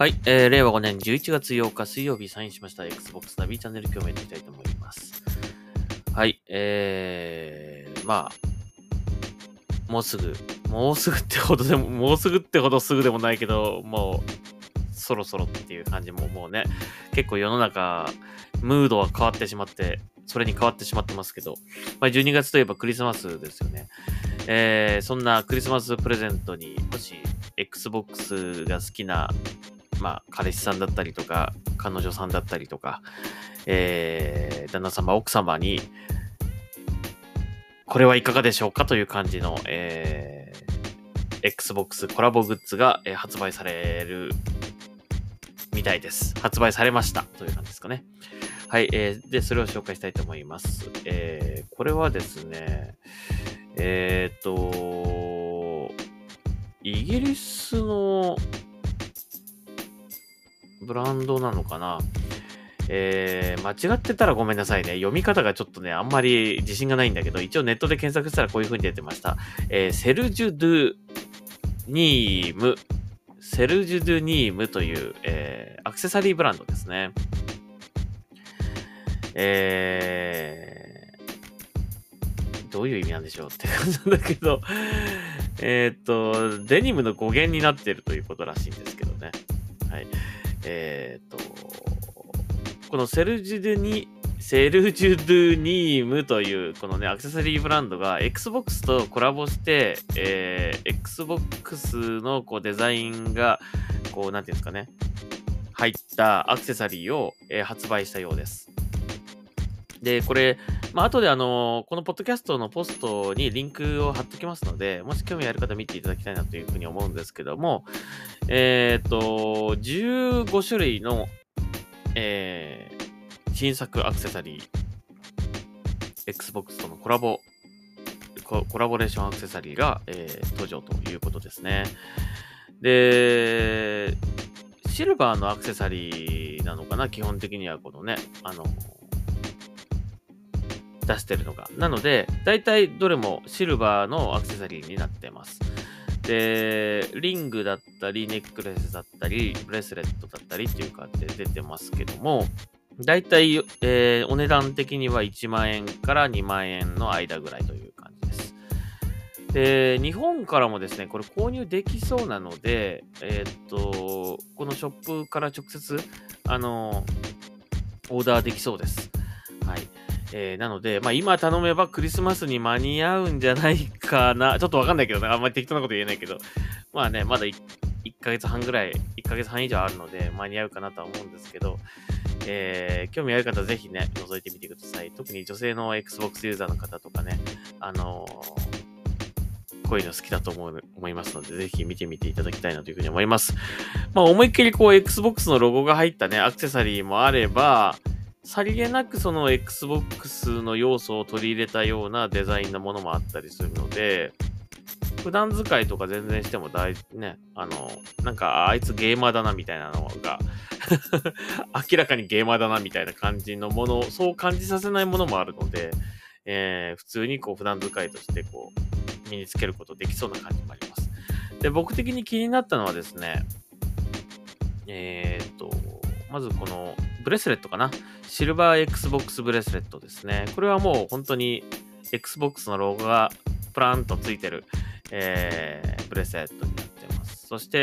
はい、令和5年11月8日水曜日サインしました Xbox ナビチャンネル今日もやっていきたいと思います。はい、もうすぐってほどでも、もうすぐってほどすぐでもないけど、もう、そろそろっていう感じももうね、結構世の中、ムードは変わってしまって、それに変わってしまってますけど、12月といえばクリスマスですよね。そんなクリスマスプレゼントに、もし Xbox が好きな彼氏さんだったりとか、彼女さんだったりとか、旦那様、奥様に、これはいかがでしょうかという感じの、Xbox コラボグッズが、発売されるみたいです。発売されましたという感じですかね。はい、で、それを紹介したいと思います。これはですね、イギリスのブランドなのかな。間違ってたらごめんなさいね。読み方がちょっとね、あんまり自信がないんだけど、一応ネットで検索したらこういう風に出てました。セルジュドゥニーム。セルジュドゥニームという、アクセサリーブランドですね。どういう意味なんでしょうって感じなんだけど、デニムの語源になっているということらしいんですけどね。はい。このセルジュドゥニームというこのね、アクセサリーブランドが Xbox とコラボして、Xbox のこうデザインが、こう、なんていうんですかね、入ったアクセサリーを、発売したようです。で、これ、後でこのポッドキャストのポストにリンクを貼っときますので、もし興味ある方見ていただきたいなというふうに思うんですけども、15種類の、新作アクセサリー、Xbox とのコラボレーションアクセサリーが、登場ということですね。で、シルバーのアクセサリーなのかな、基本的にはこのね、出してるのが。なので、だいたいどれもシルバーのアクセサリーになってます。で、リングだったり、ネックレスだったり、ブレスレットだったりっていう感じで出てますけども、だいたい、お値段的には1万円から2万円の間ぐらいという感じです。で、日本からもですね、これ購入できそうなので、このショップから直接、オーダーできそうです。はい。なので、今頼めばクリスマスに間に合うんじゃないかな。ちょっとわかんないけどね、あんまり適当なこと言えないけど。まだ1ヶ月半ぐらい、1ヶ月半以上あるので、間に合うかなとは思うんですけど、興味ある方ぜひね、覗いてみてください。特に女性の Xbox ユーザーの方とかね、こういうの好きだと思いますので、ぜひ見てみていただきたいなというふうに思います。思いっきりこう Xbox のロゴが入ったね、アクセサリーもあれば、さりげなくその Xbox の要素を取り入れたようなデザインのものもあったりするので、普段使いとか全然してもね、なんかあいつゲーマーだなみたいなのが明らかにゲーマーだなみたいな感じのもの、そう感じさせないものもあるので、普通にこう普段使いとしてこう身につけることできそうな感じもあります。で、僕的に気になったのはですね、まずこのブレスレットかな。シルバー Xbox ブレスレットですね。これはもう本当に Xbox のロゴがプランとついてる、ブレスレットになってます。そして、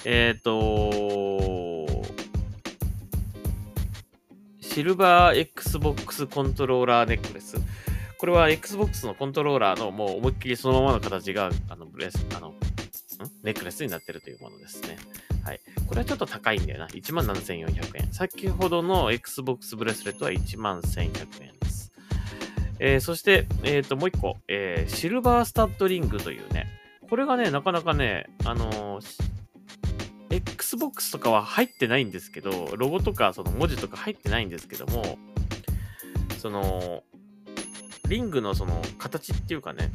シルバー Xbox コントローラーネックレス。これは Xbox のコントローラーのもう思いっきりそのままの形が、ネックレスになってるというものですね。はい。これはちょっと高いんだよな。17,400円。先ほどの Xbox ブレスレットは11,100円です。そして、もう一個、シルバースタッドリングというね、これがね、なかなかね、Xbox とかは入ってないんですけど、ロゴとかその文字とか入ってないんですけども、その、リングのその形っていうかね、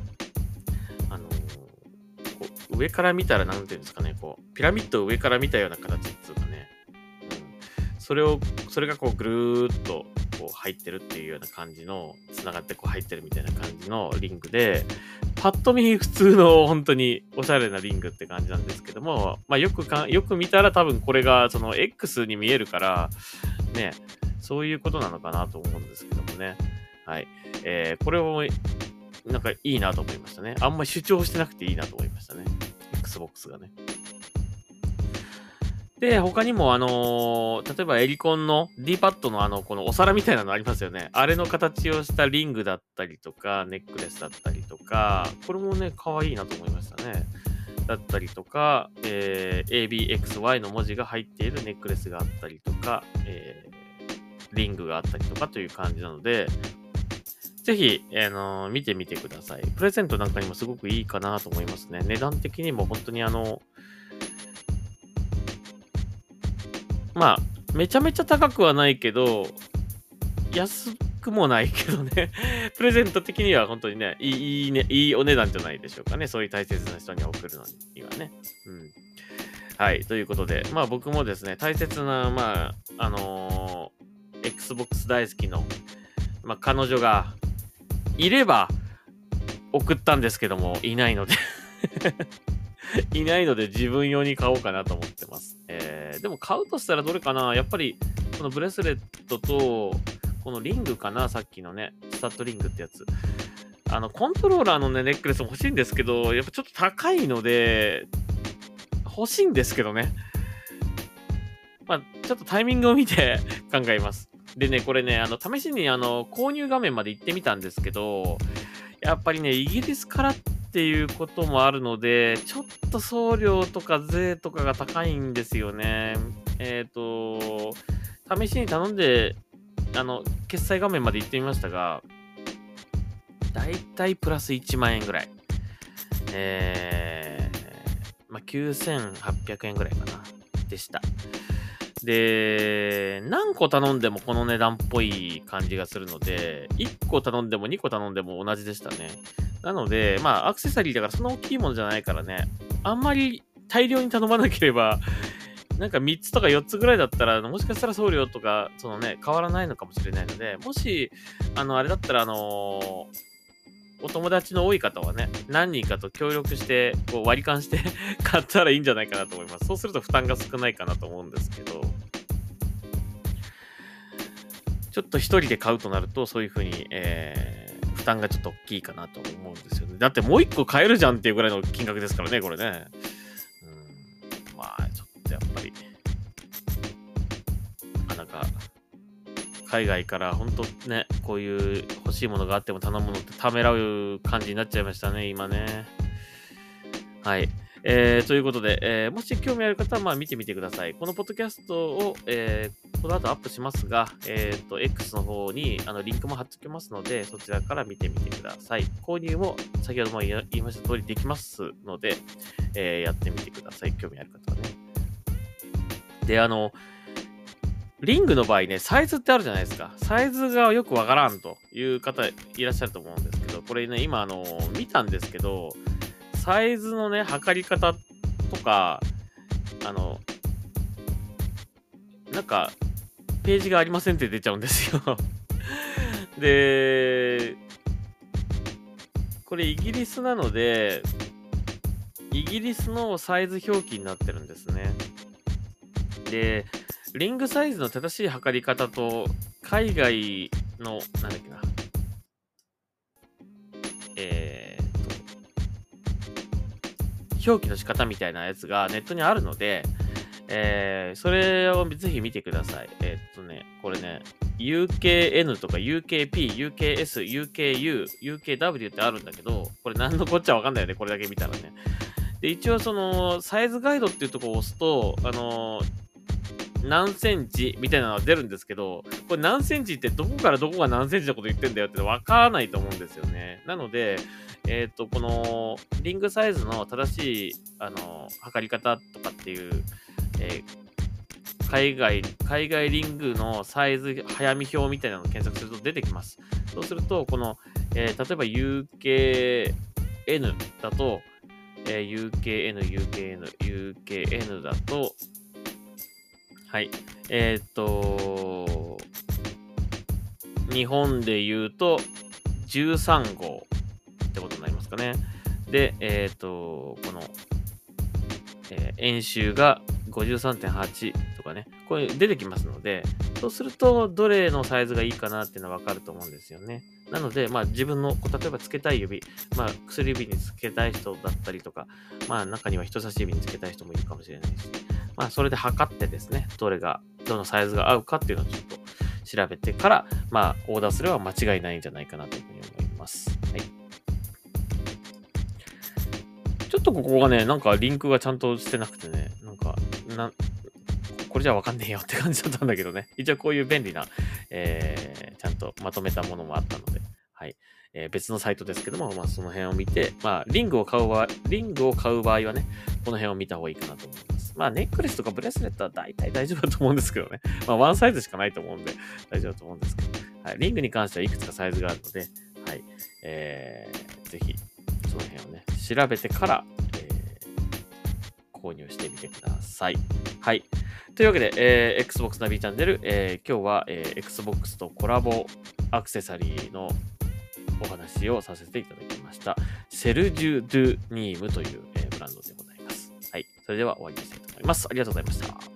こう上から見たらなんていうんですかね、こう、ピラミッドを上から見たような形っていうかね、それがこうぐるーっとこう入ってるっていうような感じの、繋がってこう入ってるみたいな感じのリングで、 パッと見普通の本当におしゃれなリングって感じなんですけども、まあよく見たら多分これがその X に見えるから、ね、そういうことなのかなと思うんですけどもね。はい。これを、なんかいいなと思いましたね。あんまり主張してなくていいなと思いましたね。Xbox がね。で、他にも例えばエリコンの D パッドのこのお皿みたいなのありますよね。あれの形をしたリングだったりとか、ネックレスだったりとか、これもね、可愛いなと思いましたね。だったりとか、ABXY の文字が入っているネックレスがあったりとか、リングがあったりとかという感じなので、ぜひ、見てみてください。プレゼントなんかにもすごくいいかなと思いますね。値段的にも本当にまあ、めちゃめちゃ高くはないけど、安くもないけどね、プレゼント的には本当にね、いいお値段じゃないでしょうかね。そういう大切な人に送るのにはね。うん。はい。ということで、まあ僕もですね、大切な、まあ、Xbox 大好きの、まあ彼女がいれば送ったんですけども、いないのでいないので自分用に買おうかなと思ってます。でも買うとしたらどれかな？やっぱり、このブレスレットと、このリングかな？さっきのね、スタッドリングってやつ。コントローラーのね、ネックレスも欲しいんですけど、やっぱちょっと高いので、欲しいんですけどね。まあ、ちょっとタイミングを見て考えます。でね、これね、試しに購入画面まで行ってみたんですけど、やっぱりね、イギリスからっていうこともあるので、ちょっと送料とか税とかが高いんですよね。試しに頼んで、決済画面まで行ってみましたが、だいたいプラス1万円ぐらい。まあ、9800円ぐらいかな。でした。で、何個頼んでもこの値段っぽい感じがするので、1個頼んでも2個頼んでも同じでしたね。なので、まあ、アクセサリーだからそんな大きいものじゃないからね、あんまり大量に頼まなければ、なんか3つとか4つぐらいだったら、もしかしたら送料とか、そのね、変わらないのかもしれないので、もし、あれだったら、お友達の多い方はね、何人かと協力して、こう割り勘して買ったらいいんじゃないかなと思います。そうすると負担が少ないかなと思うんですけど、ちょっと一人で買うとなると、そういう風に、負担がちょっと大きいかなと思うんですよね。だってもう一個買えるじゃんっていうぐらいの金額ですからね、これね。まあ、ちょっとやっぱり、なかなか、海外から本当ね、こういう欲しいものがあっても頼むのってためらう感じになっちゃいましたね、今ね。はい。ということで、もし興味ある方は、まあ見てみてください。このポッドキャストを、この後アップしますが、X の方にリンクも貼っておきますので、そちらから見てみてください。購入も先ほども言いました通りできますので、やってみてください。興味ある方はね。で、リングの場合ね、サイズってあるじゃないですか。サイズがよくわからんという方いらっしゃると思うんですけど、これね、今見たんですけど、サイズのね、測り方とか、なんか、ページがありませんって出ちゃうんですよ。で、これイギリスなので、イギリスのサイズ表記になってるんですね。で、リングサイズの正しい測り方と、海外の、なんだっけな。表記の仕方みたいなやつがネットにあるので、それをぜひ見てください。これね、UKN とか UKP、UKS、UKU、UKW ってあるんだけど、これ何のこっちゃわかんないよね、これだけ見たらね。で、一応その、サイズガイドっていうところを押すと、何センチみたいなのが出るんですけど、これ何センチってどこからどこが何センチのこと言ってんだよってわからないと思うんですよね。なので、このリングサイズの正しい、測り方とかっていう、海外リングのサイズ早見表みたいなのを検索すると出てきます。そうすると、この、例えば UKN だと、UKN だと、はい。日本で言うと、13号ってことになりますかね。 で、この、円周が 53.8 とかね、これ出てきますので、そうすると、どれのサイズがいいかなっていうのはわかると思うんですよね。なので、自分の、例えばつけたい指、薬指につけたい人だったりとか、中には人差し指につけたい人もいるかもしれないし、それで測ってですね、どのサイズが合うかっていうのをちょっと調べてから、オーダーすれば間違いないんじゃないかなというふうに思います。はい。ちょっとここがね、なんかリンクがちゃんとしてなくてね、これじゃわかんねえよって感じだったんだけどね。一応こういう便利な、ちゃんとまとめたものもあったので、はい。別のサイトですけども、その辺を見て、リングを買う場合はね、この辺を見た方がいいかなと思います。ネックレスとかブレスレットは大体大丈夫だと思うんですけどね。ワンサイズしかないと思うんで、大丈夫だと思うんですけど、はい。リングに関してはいくつかサイズがあるので、はい。ぜひ、その辺をね、調べてから、購入してみてください。はい。というわけで、Xbox ナビチャンネル、今日は、Xbox とコラボアクセサリーのお話をさせていただきました。セルジュ・ドゥ・ニームという、ブランドでございます。はい。それでは終わりにしたいと思います。ありがとうございました。